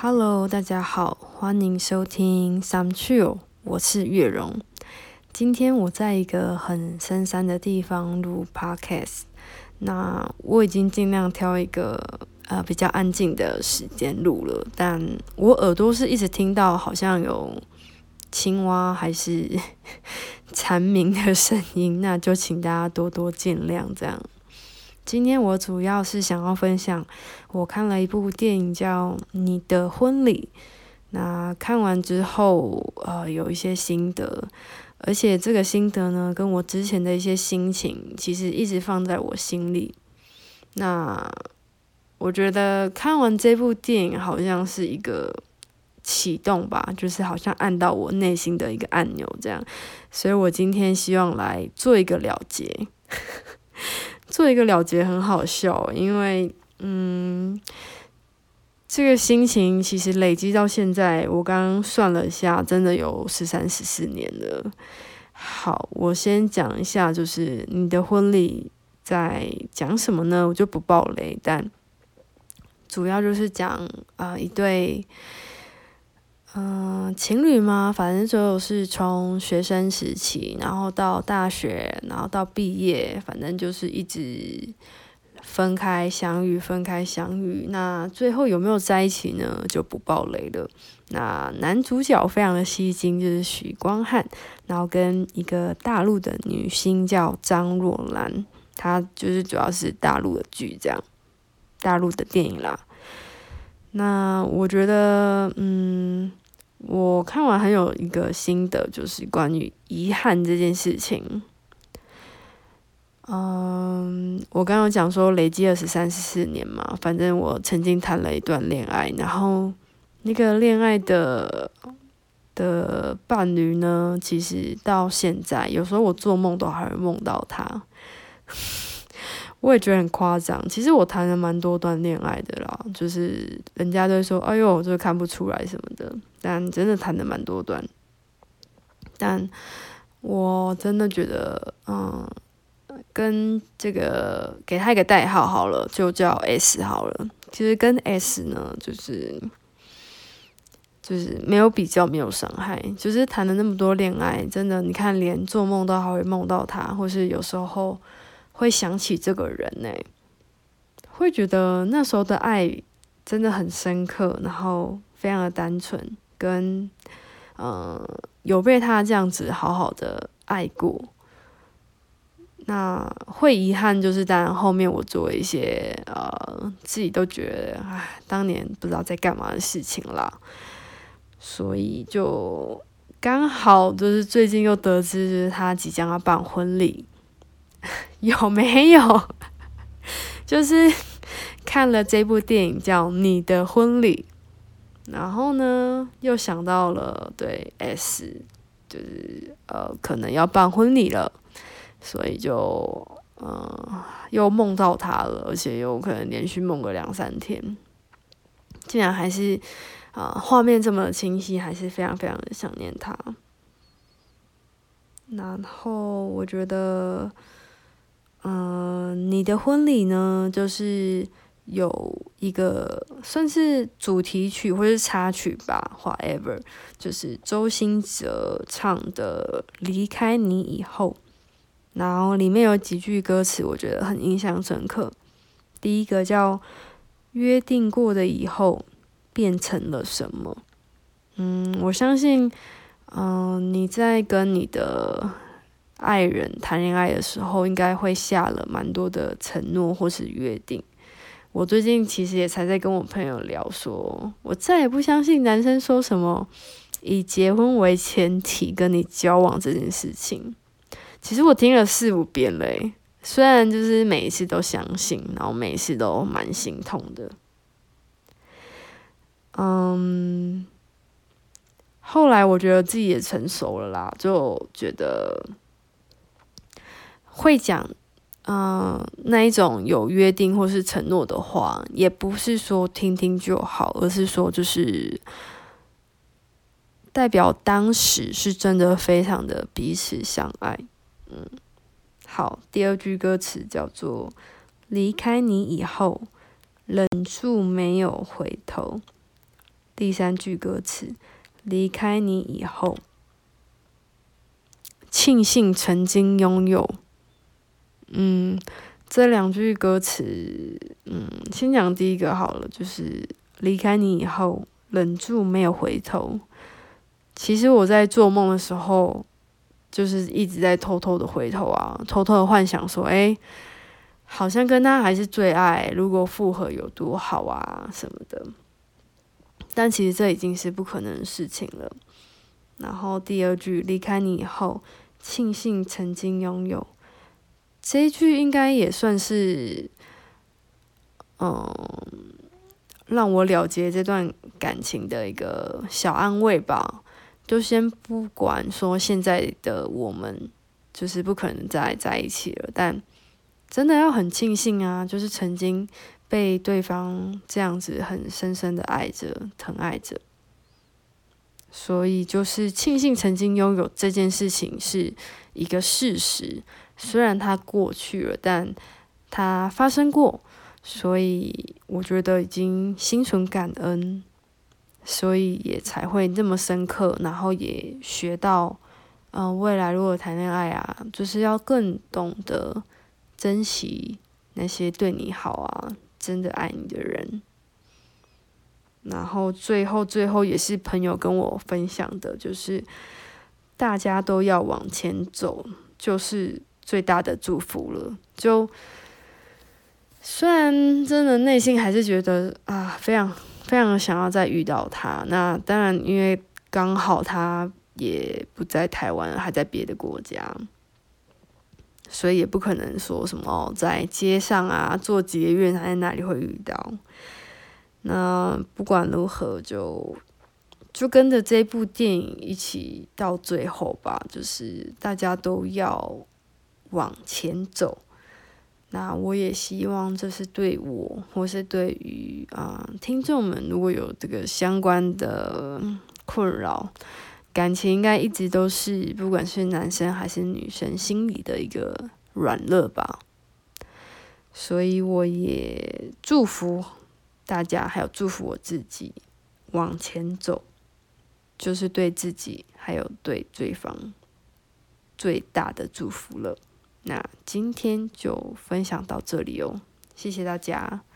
Hello， 大家好，欢迎收听 Some Chill， 我是月容。今天我在一个很深山的地方录 Podcast， 那我已经尽量挑一个比较安静的时间录了，但我耳朵是一直听到好像有青蛙还是蝉鸣的声音，那就请大家多多见谅这样。今天我主要是想要分享，我看了一部电影叫《你的婚礼》，那看完之后，有一些心得，而且这个心得呢，跟我之前的一些心情，其实一直放在我心里。那我觉得看完这部电影，好像是一个启动吧，就是好像按到我内心的一个按钮这样，所以我今天希望来做一个了结。做一个了结很好笑，因为这个心情其实累积到现在，我刚刚算了一下，真的有13、14年了。好，我先讲一下，就是你的婚礼在讲什么呢？我就不爆雷，但主要就是讲一对情侣嘛，反正就是从学生时期，然后到大学，然后到毕业，反正就是一直分开相遇，分开相遇。那最后有没有在一起呢？就不爆雷了。那男主角非常的吸睛，就是许光汉，然后跟一个大陆的女星叫张若兰，她就是主要是大陆的剧这样，大陆的电影啦。那我觉得，我看完很有一个心得，就是关于遗憾这件事情。我刚刚讲说累积了13、14年嘛，反正我曾经谈了一段恋爱，然后那个恋爱的伴侣呢，其实到现在有时候我做梦都还会梦到他。我也觉得很夸张，其实我谈了蛮多段恋爱的啦，就是人家都会说，哎呦，这个看不出来什么的，但真的谈了蛮多段。但我真的觉得，跟这个给他一个代号好了，就叫 S 好了。其实跟 S 呢，就是没有比较，没有伤害，就是谈了那么多恋爱，真的，你看连做梦都还会梦到他，或是有时候会想起这个人呢，会觉得那时候的爱真的很深刻，然后非常的单纯，跟有被他这样子好好的爱过。那会遗憾，就是当然后面我做了一些自己都觉得当年不知道在干嘛的事情啦，所以就刚好就是最近又得知，就是他即将要办婚礼。有没有？就是看了这部电影叫《你的婚礼》，然后呢，又想到了对 S， 就是可能要办婚礼了，所以就又梦到他了，而且有可能连续梦个2、3天，竟然还是画面这么清晰，还是非常非常的想念他。然后我觉得。你的婚礼呢，就是有一个算是主题曲或是插曲吧 ，whatever， 就是周兴哲唱的《离开你以后》，然后里面有几句歌词我觉得很印象深刻。第一个叫"约定过的以后变成了什么"，我相信，你在跟你的爱人谈恋爱的时候，应该会下了蛮多的承诺或是约定。我最近其实也才在跟我朋友聊说，我再也不相信男生说什么以结婚为前提跟你交往这件事情。其实我听了4、5遍了耶，虽然就是每一次都相信，然后每一次都蛮心痛的。后来我觉得自己也成熟了啦，就觉得会讲那一种有约定或是承诺的话，也不是说听听就好，而是说就是代表当时是真的非常的彼此相爱。好，第2句歌词叫做"离开你以后，忍住没有回头， 第3句歌词，离开你以后，庆幸曾经拥有。这2句歌词，先讲第一个好了，就是离开你以后，忍住没有回头。其实我在做梦的时候，就是一直在偷偷的回头啊，偷偷的幻想说，好像跟他还是最爱，如果复合有多好啊什么的。但其实这已经是不可能的事情了。然后第2句，离开你以后，庆幸曾经拥有。这一句应该也算是，让我了结这段感情的一个小安慰吧。就先不管说现在的我们就是不可能再在一起了，但真的要很庆幸啊，就是曾经被对方这样子很深深的爱着、疼爱着。所以就是庆幸曾经拥有这件事情是一个事实，虽然它过去了，但它发生过，所以我觉得已经心存感恩，所以也才会这么深刻，然后也学到，未来如果谈恋爱啊，就是要更懂得珍惜那些对你好啊、真的爱你的人。然后最后也是朋友跟我分享的，就是大家都要往前走，就是最大的祝福了。就虽然真的内心还是觉得非常非常想要再遇到他，那当然因为刚好他也不在台湾，还在别的国家，所以也不可能说什么在街上啊、坐捷运还在哪里会遇到。那不管如何就跟着这部电影一起到最后吧，就是大家都要往前走。那我也希望这是对我，或是对于听众们，如果有这个相关的困扰，感情应该一直都是不管是男生还是女生心里的一个软肋吧。所以我也祝福大家，还有祝福我自己往前走，就是对自己还有对对方最大的祝福了。那今天就分享到这里哦，谢谢大家。